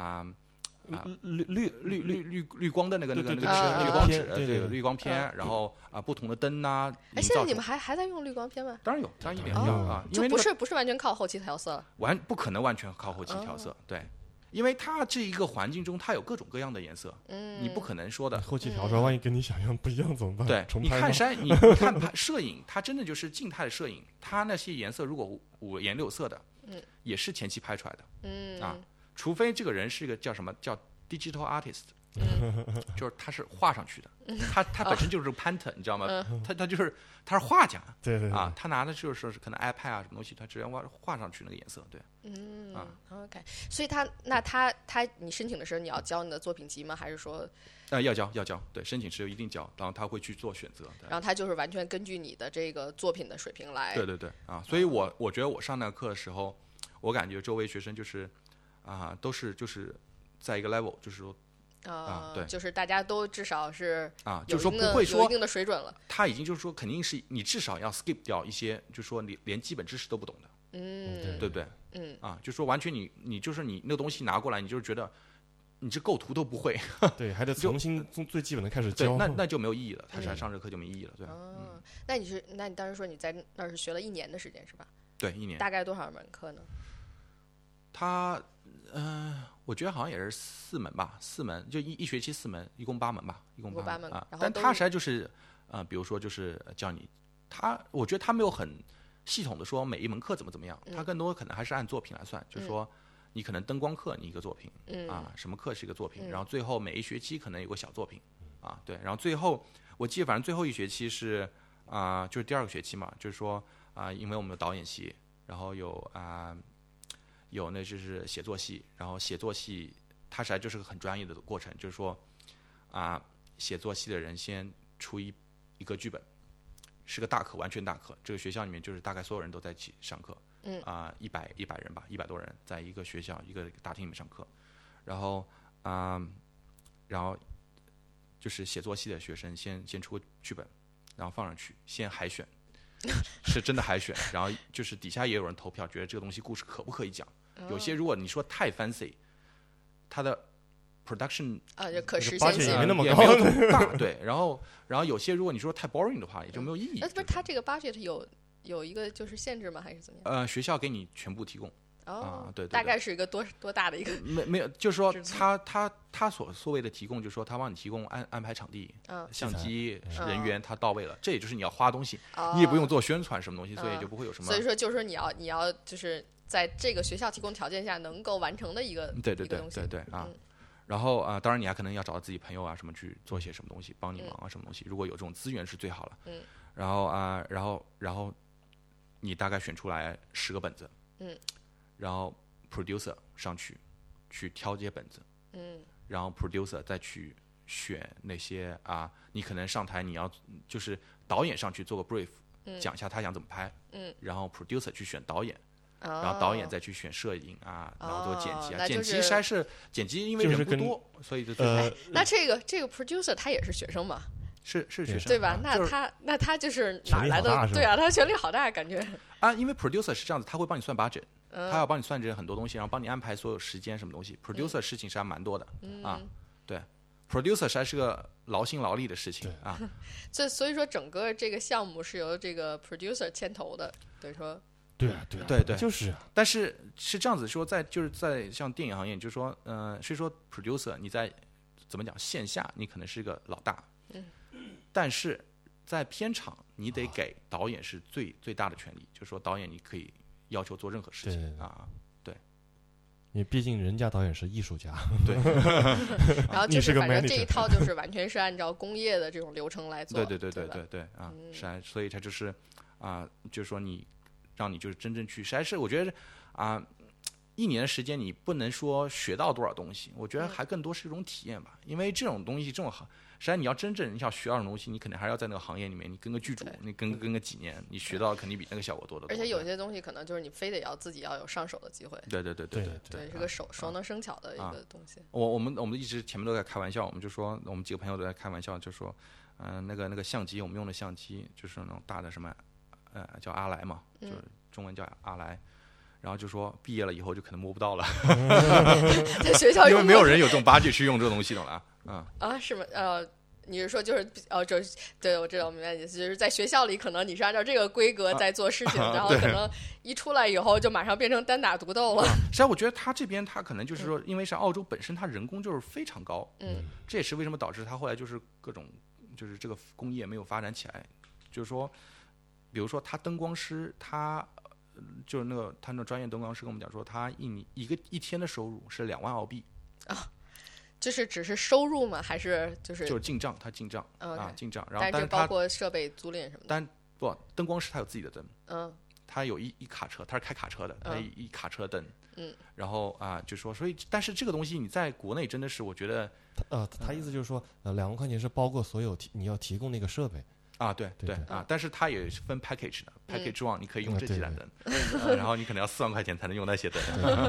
绿光的那个绿光纸，对绿光片，然后不同的灯现在你们还在用绿光片吗？ 当然有，当然一点有因为不是完全靠后期调色， 不可能完全靠后期调色，对，因为它这一个环境中它有各种各样的颜色，你不可能说的后期调出来万一跟你想象不一样怎么办？ 对，你看你看摄影，它真的就是静态的摄影，它那些颜色如果五颜六色的，也是前期拍出来的，除非这个人是一个叫什么叫 digital artist，就是他是画上去的，他本身就是 painter， 你知道吗？他是画家， 对他拿的就是可能 iPad 什么东西，他直接画上去那个颜色，对。 OK， 所以你申请的时候你要交你的作品集吗？还是说？ 要交，对，申请时一定交，然后他会去做选择。 然后他就是完全根据你的这个作品的水平来。 对所以我觉得我上那个课的时候，我感觉周围学生就是都是就是在一个 level， 就是说对， 就是大家都至少是就是说不会说有一定的水准了。 他已经就是说肯定是你至少要 skip 掉一些，就是说你连基本知识都不懂的，对不对？就是说完全你就是你那个东西拿过来，你就是觉得你这构图都不会， 对，还得重新从最基本的开始教， 那就没有意义了，他上这个课就没意义了，对。 那你当时说你在那儿是学了1年的时间是吧？ 对，1年。 大概多少门课呢？ 他我觉得好像也是4门吧，4门就一学期4门，一共8门吧，一共8门但他实在就是比如说就是教你，我觉得他没有很系统的说每一门课怎么样，他更多可能还是按作品来算，就是说你可能灯光课你一个作品，什么课是一个作品，然后最后每一学期可能有个小作品，对，然后最后我记得反正最后一学期是就是第2个学期嘛，就是说因为我们有导演系，然后有那就是写作系，然后写作系它实在就是个很专业的过程，就是说写作系的人先出一个剧本，是个大课，完全大课，这个学校里面就是大概所有人都在一起上课，100人吧，100多人在一个学校一个大厅里面上课，然后然后就是写作系的学生先出个剧本，然后放上去，先海选，是真的海选，然后就是底下也有人投票，觉得这个东西故事可不可以讲。有些如果你说太 fancy， 它的 production 就可实现 budget 也性没那么高也没有那么大，对。然后有些如果你说太 boring 的话，也就没有意义。 那不是它这个 budget 有一个就是限制吗？还是怎么样？ 学校给你全部提供。对， 大概是一个多大的一个？ 没有，就是说他所谓的提供，就是说他帮你提供安排场地、相机、人员，他到位了，这也就是你要花东西，你也不用做宣传什么东西，所以就不会有什么。 所以说，就是你要就是在这个学校提供条件下能够完成的一个对啊。 然后当然你还可能要找到自己朋友啊什么去做些什么东西，帮你忙啊什么东西。如果有这种资源是最好了。然后你大概选出来10个本子。然后 producer 上去挑这些本子，然后 producer 再去选那些你可能上台你要就是导演上去做个 brief，讲一下他想怎么拍，然后 producer 去选导演，然后导演再去选摄影然后做剪辑剪辑实在是剪辑，因为人不多，所以就那这个 producer 他也是学生嘛？ 是学生对吧？那他就是哪来的？对啊，他权力好大，感觉因为 producer 是这样子，他会帮你算 budget。他要帮你算这很多东西，然后帮你安排所有时间什么东西。producer 事情是还蛮多的对 ，producer 实在是个劳心劳力的事情所以说整个这个项目是由这个 producer 牵头的，等于说对，就是但是这样子说，在像电影行业，就是说所以说 producer 你在怎么讲线下你可能是个老大，但是在片场你得给导演是最大的权利，就是说导演你可以要求做任何事情对， 因为毕竟人家导演是艺术家， 对， 然后就是反正这一套就是完全是按照工业的这种流程来做， 对是所以它就是就是说你让你就是真正去，实在是我觉得1年的时间你不能说学到多少东西，我觉得还更多是一种体验吧，因为这种东西这种实际上你要真正你想学到的东西，你肯定还是要在那个行业里面，你跟个剧组，你跟个几年，你学到肯定比那个效果多得多。 而且有些东西可能就是你非得要自己要有上手的机会。 对， 是个熟能生巧的一个东西。 我们一直前面都在开玩笑，我们就说我们几个朋友都在开玩笑，就说那个相机，我们用的相机就是那种大的什么叫阿莱嘛，就是中文叫阿莱。然后就说毕业了以后就可能摸不到了， 在学校因为没有人有这种budget去用这个东西了是吗？你是说就是对，我知道，我明白意思，就是在学校里可能你是按照这个规格在做事情，然后可能一出来以后就马上变成单打独斗了。 实际上我觉得他这边他可能就是说，因为是澳洲本身他人工就是非常高，这也是为什么导致他后来就是各种就是这个工业没有发展起来，就是说，比如说他灯光师他。就是他那专业灯光师跟我们讲说，他一天的收入是2万澳币就是只是收入吗？还是就是进账？他进账进账，然后但是包括设备租赁什么的。 但不，灯光师他有自己的灯，他有一卡车，他是开卡车的，他一卡车灯，然后就说，所以但是这个东西你在国内真的是，我觉得他意思就是说，2万块钱是包括所有你要提供那个设备。 对但是它也是分 package 的，package 之王你可以用这几盏灯，然后你可能要4万块钱才能用那些灯。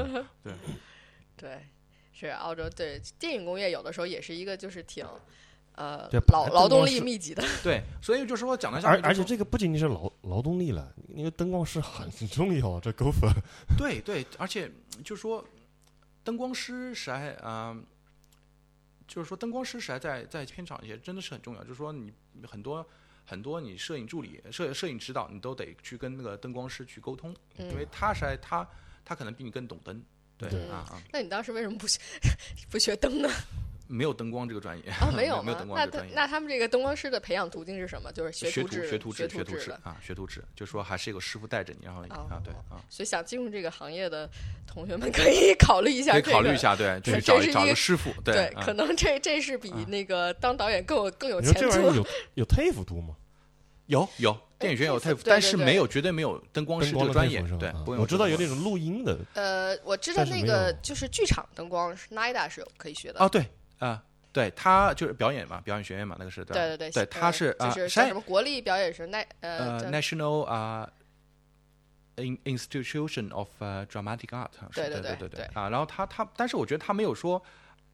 对，是澳洲对电影工业有的时候也是一个就是挺劳动力密集的。 对，所以就是说讲的而且这个不仅仅是劳动力了，因为灯光师很重要，这够分。 对，而且就是说灯光师实在就是说灯光师实在在片场也真的是很重要，就是说你很多你摄影助理、摄影指导，你都得去跟那个灯光师去沟通，因为他可能比你更懂灯。对那你当时为什么不学灯呢？ 没有灯光这个专业没有没有灯光这个专业。 那他们这个灯光师的培养途径是什么？就是学徒制学徒制，就说还是有个师傅带着你，然后对所以想进入这个行业的同学们可以考虑一下， 考虑一下，对，去找个师傅， 对，可能这是比那个当导演更有前途。 这玩意有 TAFE 读吗？ 有电影学院有 TAFE， 但是绝对没有灯光师这个专业。对， 我知道有那种录音的。 我知道那个就是剧场灯光 NIDA 是可以学的。 对对，他就是表演嘛，表演学院嘛，那个是对， 他是就是像什么国立表演是 National Institution of Dramatic Art， 对然后他但是我觉得他没有说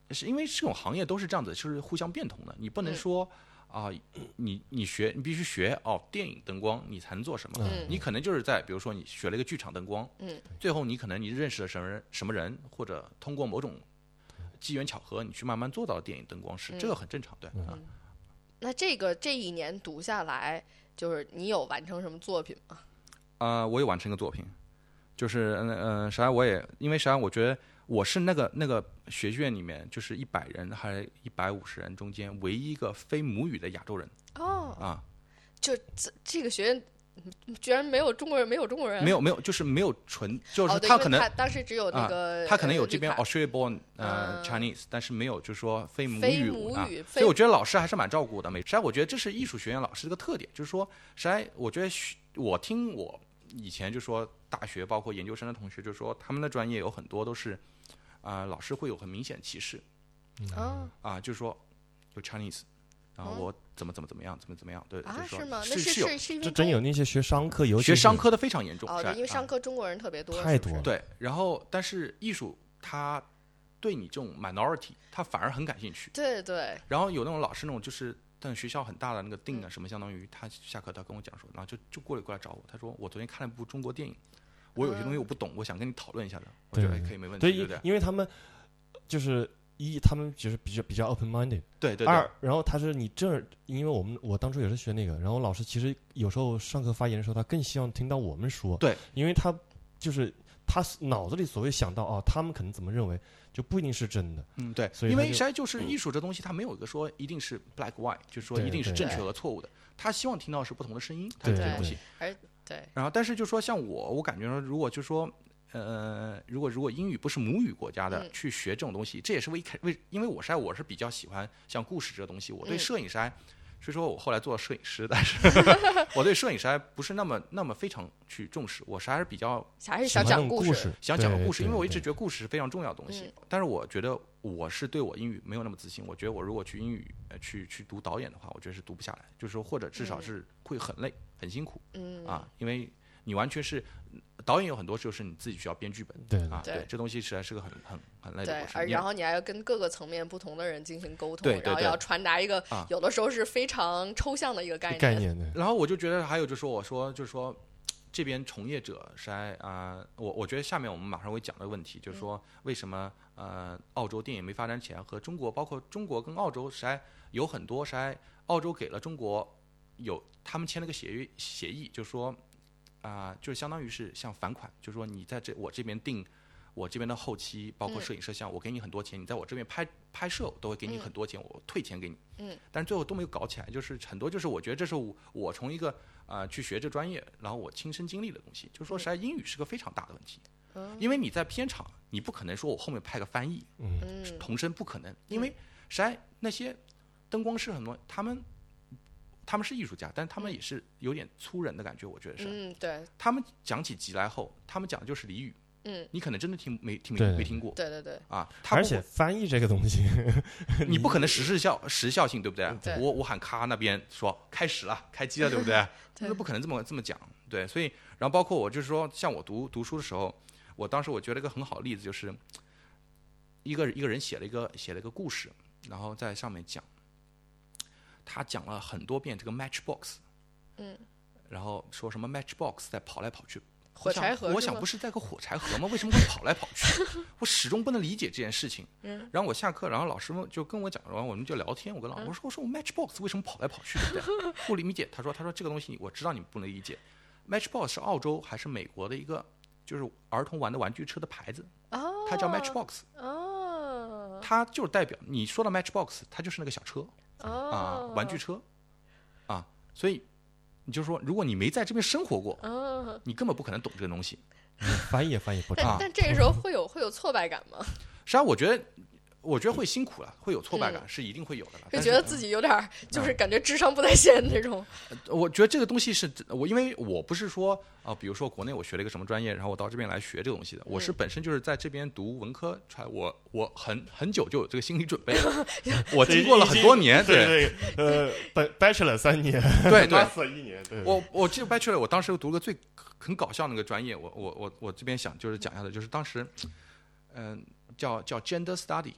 是因为这种行业都是这样子，就是互相变通的，你不能说。你必须学电影灯光你才能做什么，你可能就是在比如说你学了一个剧场灯光，最后你可能你认识了什么人，或者通过某种机缘巧合你去慢慢做到电影灯光师，这个很正常，对。 那这一年读下来，就是你有完成什么作品吗？ 我有完成一个作品，就是实际上因为实际上我觉得我是那个学院里面就是100人还是150人中间唯一一个非母语的亚洲人。 就这个学院居然没有中国人，没有就是没有纯，就是他可能他当时只有那个他可能有这边 Australia born Chinese， 但是没有就是说非母语所以我觉得老师还是蛮照顾的。实际上我觉得这是艺术学院老师的一个特点，就是说实际上我觉得我听我以前就说大学包括研究生的同学就说他们的专业有很多都是老师会有很明显的歧视，就是说有 Chinese， 然后我怎么样，对，就是说是吗？ 是有， 这真有那些学商科， 学商科的非常严重， 因为商科中国人特别多， 太多了。 对，然后但是艺术它对你这种 minority， 他反而很感兴趣。 对对。 然后有那种老师那种就是。但学校很大的那个定什么，相当于他下课他跟我讲说，然后就过来找我，他说我昨天看了一部中国电影，我有些东西我不懂，我想跟你讨论一下的。我觉得可以没问题，对不对？ 因为他们就是他们就是比较 open minded， 对。 然后他是你因为我当初也是学那个，然后老师其实有时候上课发言的时候，他更希望听到我们说， 对， 因为他就是他脑子里所谓想到他们可能怎么认为。就不一定是真的， 对，因为实在就是艺术这东西，它没有一个说一定是 black white， 就是说一定是正确和错误的，他希望听到是不同的声音，它这东西。 对。 然后，但是就说像我感觉说，如果就说如果英语不是母语国家的去学这种东西，这也是因为我是比较喜欢像故事这个东西，我对摄影所以说我后来做了摄影师，但是我对摄影师还不是那么非常去重视，我还是比较还是想讲故事， 想讲个故事，因为我一直觉得故事是非常重要的东西。但是我觉得我是对我英语没有那么自信，我觉得我如果去英语去读导演的话，我觉得是读不下来，就是说或者至少是会很累很辛苦，因为你完全是导演有很多就是你自己需要编剧本，对，这东西实在是个很累的过程。 对，然后你还要跟各个层面不同的人进行沟通， 对， 然后要传达一个有的时候是非常抽象的一个概念。 然后我就觉得还有就是说这边从业者实在我觉得下面我们马上会讲的问题就是说为什么澳洲电影没发展起来和中国包括中国跟澳洲实在有很多实在澳洲给了中国他们签了个协议，就是说就是相当于是像返款，就是说你在我这边定我这边的后期，包括摄影摄像，我给你很多钱，你在我这边拍摄，我都会给你很多钱，我退钱给你。但是最后都没有搞起来，就是很多就是我觉得这是我从一个去学这专业，然后我亲身经历的东西，就是说实在英语是个非常大的问题，因为你在片场，你不可能说我后面派个翻译，同声不可能，因为实在那些灯光师很多，他们是艺术家，但是他们也是有点粗人的感觉，我觉得是。 对。他们讲起吉来后，他们讲的就是俚语。你可能真的没听过。 对。 而且翻译这个东西， 你不可能时效性，对不对？我喊咔那边说开始了，开机了，对不对？那不可能这么讲，对。所以，然后包括我就是说，像我读书的时候，当时我觉得一个很好的例子就是，一个人写了一个故事，然后在上面讲。他讲了很多遍这个 Matchbox， 然后说什么 Matchbox 在跑来跑去， 火柴盒， 我想不是在个火柴盒吗？为什么会跑来跑去？我始终不能理解这件事情。然后我下课，然后老师就跟我讲，然后我们就聊天。我跟老师说，我 Matchbox 为什么跑来跑去，对不对？不理解。他说这个东西我知道你不能理解。Matchbox 是澳洲还是美国的一个就是儿童玩的玩具车的牌子，它叫 Matchbox。它就是代表你说的 Matchbox， 它就是那个小车。玩具车所以你就说，如果你没在这边生活过，你根本不可能懂这个东西。 翻译也翻译不了。 但这个时候会有挫败感吗？ 实际上，我觉得会辛苦了，会有挫败感，是一定会有的了。 会觉得自己有点就是感觉智商不在线那种。 我觉得这个东西是因为我不是说比如说国内我学了一个什么专业，然后我到这边来学这个东西的。我是本身就是在这边读文科出来，我很久就有这个心理准备了。我经过了很多年， 对，Bachelor 3年， 对 ，Master 1年。对， 我记得 Bachelor， 我当时读了很搞笑那个专业，我这边想就是讲一下的，就是当时叫 Gender Study。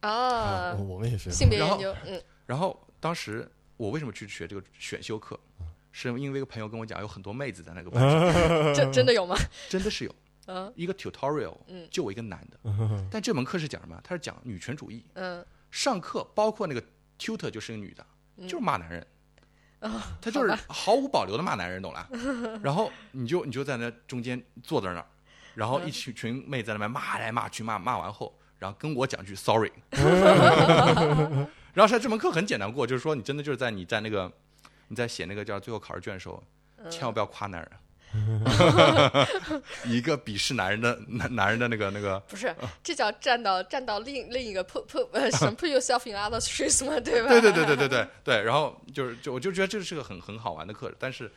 啊， 我们也学性别研究， 然后当时我为什么去学这个选修课，是因为一个朋友跟我讲，有很多妹子在那个班上， 真的有吗？ 真的是有。一个 tutorial 就我一个男的，但这门课是讲什么？他是讲女权主义。上课包括那个 tutor 就是个女的，就是骂男人。他就是毫无保留的骂男人，懂了？然后你就在那中间坐在那儿，然后一群妹在那边骂来骂去，骂完后，然后跟我讲句 sorry。然后这门课很简单过，就是说你真的就是你在写那个叫最后考试卷的时候，千万不要夸男人。一个鄙视男人的那个不是，这叫站到另一个put yourself in others' shoes 嘛，对吧？ 对，然后我就觉得这是个很好玩的课，但是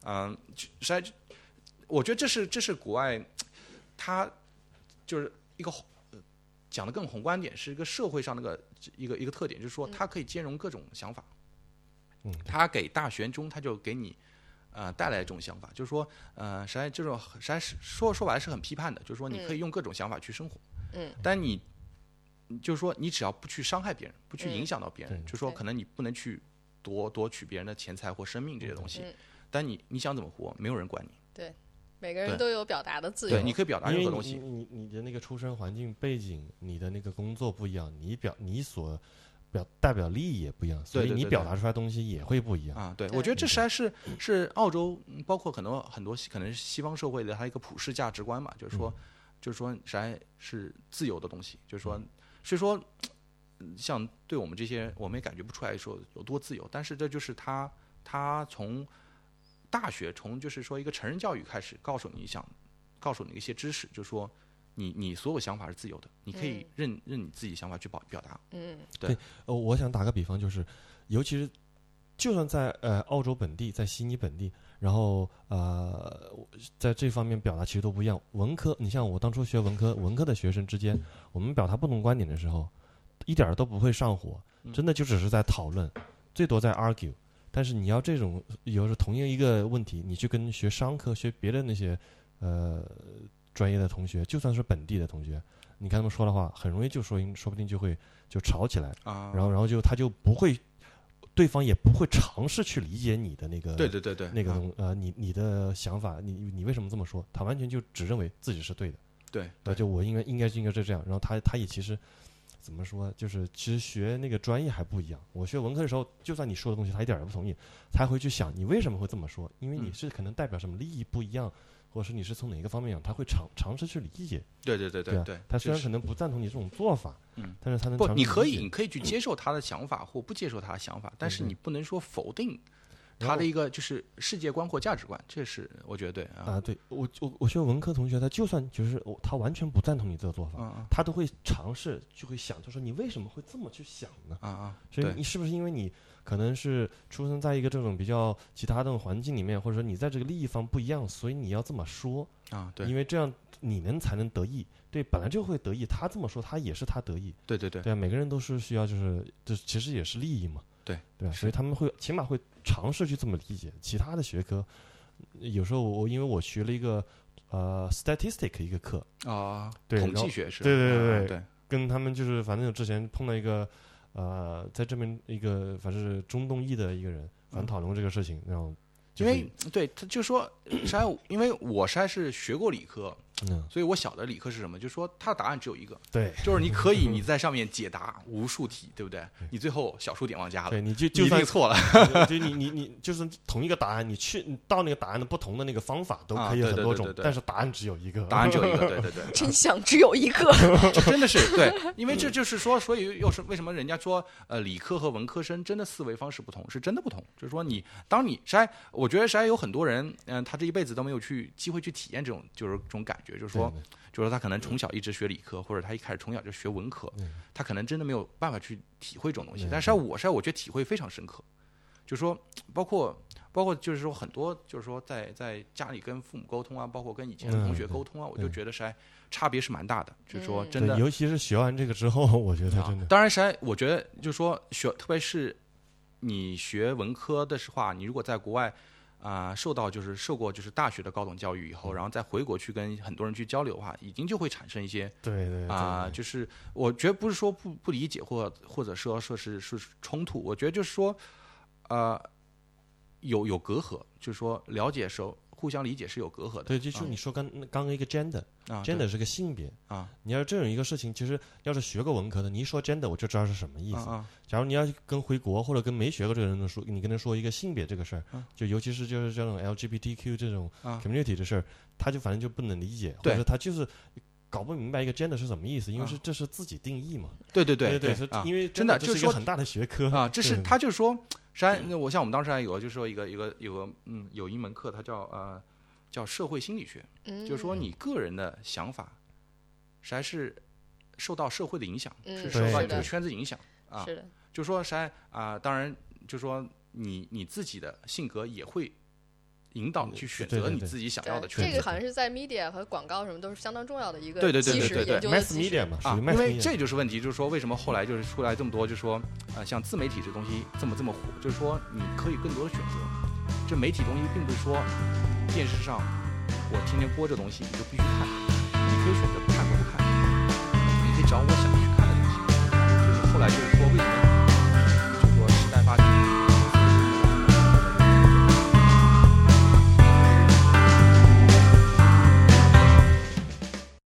我觉得这是国外，它就是一个讲的更宏观点，是一个社会上那个一个特点，就是说它可以兼容各种想法。它给大学中，它就给你。带来这种想法，就是说，实在是说白了是很批判的，就是说你可以用各种想法去生活，但你就是说你只要不去伤害别人，不去影响到别人，就是说可能你不能去夺取别人的钱财或生命这些东西，但你想怎么活，没有人管你。 对，每个人都有表达的自由。 对，你可以表达任何东西。 你的那个出身环境背景，你的那个工作不一样，你所代表利益也不一样，所以你表达出来的东西也会不一样对，我觉得这实在是澳洲，包括很多可能是西方社会的它一个普世价值观嘛，就是说实在是自由的东西，就是说，所以说像对我们这些，我们也感觉不出来说有多自由，但是这就是他从大学就是说一个成人教育开始告诉你一些知识，就是说。你所有想法是自由的，你可以任你自己想法去表达。对。 我想打个比方，就是尤其是就算在澳洲本地，在悉尼本地，然后在这方面表达其实都不一样。文科，你像我当初学文科的学生之间，我们表达不同观点的时候，一点都不会上火，真的就只是在讨论，最多在 argue。但是你要这种有时候同一个问题，你去跟学商科、学别的那些专业的同学，就算是本地的同学，你跟他们说的话，很容易就说不定就吵起来啊。然后他就不会，对方也不会尝试去理解你的那个对那个你的想法，你为什么这么说？他完全就只认为自己是对的。 对， 就我应该是这样。然后他也其实怎么说，就是其实学那个专业还不一样。我学文科的时候，就算你说的东西他一点也不同意，他还会去想你为什么会这么说，因为你是可能代表什么利益不一样。或者是你是从哪个方面讲，他会尝试去理解。 对， 他虽然可能不赞同你这种做法，但是他能你可以去接受他的想法或不接受他的想法，但是你不能说否定他的一个就是世界观或价值观，这是我觉得对啊。 对，我学文科同学，他就算就是他完全不赞同你这个做法，他都会尝试就会想，就说你为什么会这么去想呢？所以你是不是因为你可能是出生在一个这种比较其他的环境里面，或者说你在这个利益方不一样，所以你要这么说对， 因为这样你才能得益。对，本来就会得益，他这么说，他也是他得益。 对， 每个人都是需要，这其实也是利益嘛。对，所以他们起码会尝试去这么理解。其他的学科，有时候因为我学了一个statistic 一个课统计学是吧？ 对，跟他们就是反正之前碰到一个在这边一个反正是中东裔的一个人，反正讨论这个事情，然后因为对他就说因为我实在是学过理科。所以我晓得理科是什么，就是说它的答案只有一个， 对， 就是你可以你在上面解答无数题，对不对？你最后小数点忘加了， 对，你一定错了， 就你就是同一个答案，你到那个答案的不同的那个方法都可以很多种，但是答案只有一个， 对， 真相只有一个， 真的是对，因为这就是说，所以又是为什么人家说理科和文科生真的思维方式不同，是真的不同，就是说我觉得有很多人他这一辈子都没有机会去体验这种感觉。就是说他可能从小一直学理科，或者他一开始从小就学文科，他可能真的没有办法去体会这种东西。但是我觉得体会非常深刻，就是说包括就是说很多就是说在家里跟父母沟通啊，包括跟以前的同学沟通啊，我就觉得差别是蛮大的。就是说真的， 尤其是学完这个之后，我觉得真的。 当然我觉得就是说特别是你学文科的话，你如果在国外受过就是大学的高等教育以后，然后再回国去跟很多人去交流的话，已经就会产生一些对就是我觉得不是说不理解或者说是冲突，我觉得就是说有隔阂，就是说了解的时候互相理解是有隔阂的。 对，就是你说刚一个 gender 是个性别啊， 你要这种一个事情，其实要是学过文科的，你一说 gender 我就知道是什么意思。假如你要跟回国或者跟没学过这个人说，你跟他说一个性别这个事儿，就尤其是就是这种 LGBTQ 这种 community 的事儿，他就反正就不能理解，或者他就是搞不明白一个 gender 是什么意思，因为这是自己定义嘛。 对， 因为真的这是一个很大的学科啊，这是他就是说。我像我们当时还有就是说有一门课，它叫社会心理学，就是说你个人的想法，实在是受到社会的影响，是受到这个圈子影响啊。 是的， 就是说当然就是说你自己的性格也会引导你去选择你自己想要的圈子。 这个好像是在 media 和广告什么都是相当重要的一个基石研究的 ，mass media 嘛， 因为这就是问题，就是说为什么后来就是出来这么多，就是说像自媒体这东西这么火，就是说你可以更多的选择。这媒体东西并不是说电视上我天天播这东西你就必须看，你可以选择不看或不看，你可以找我想去看的东西。就是后来就是说为什么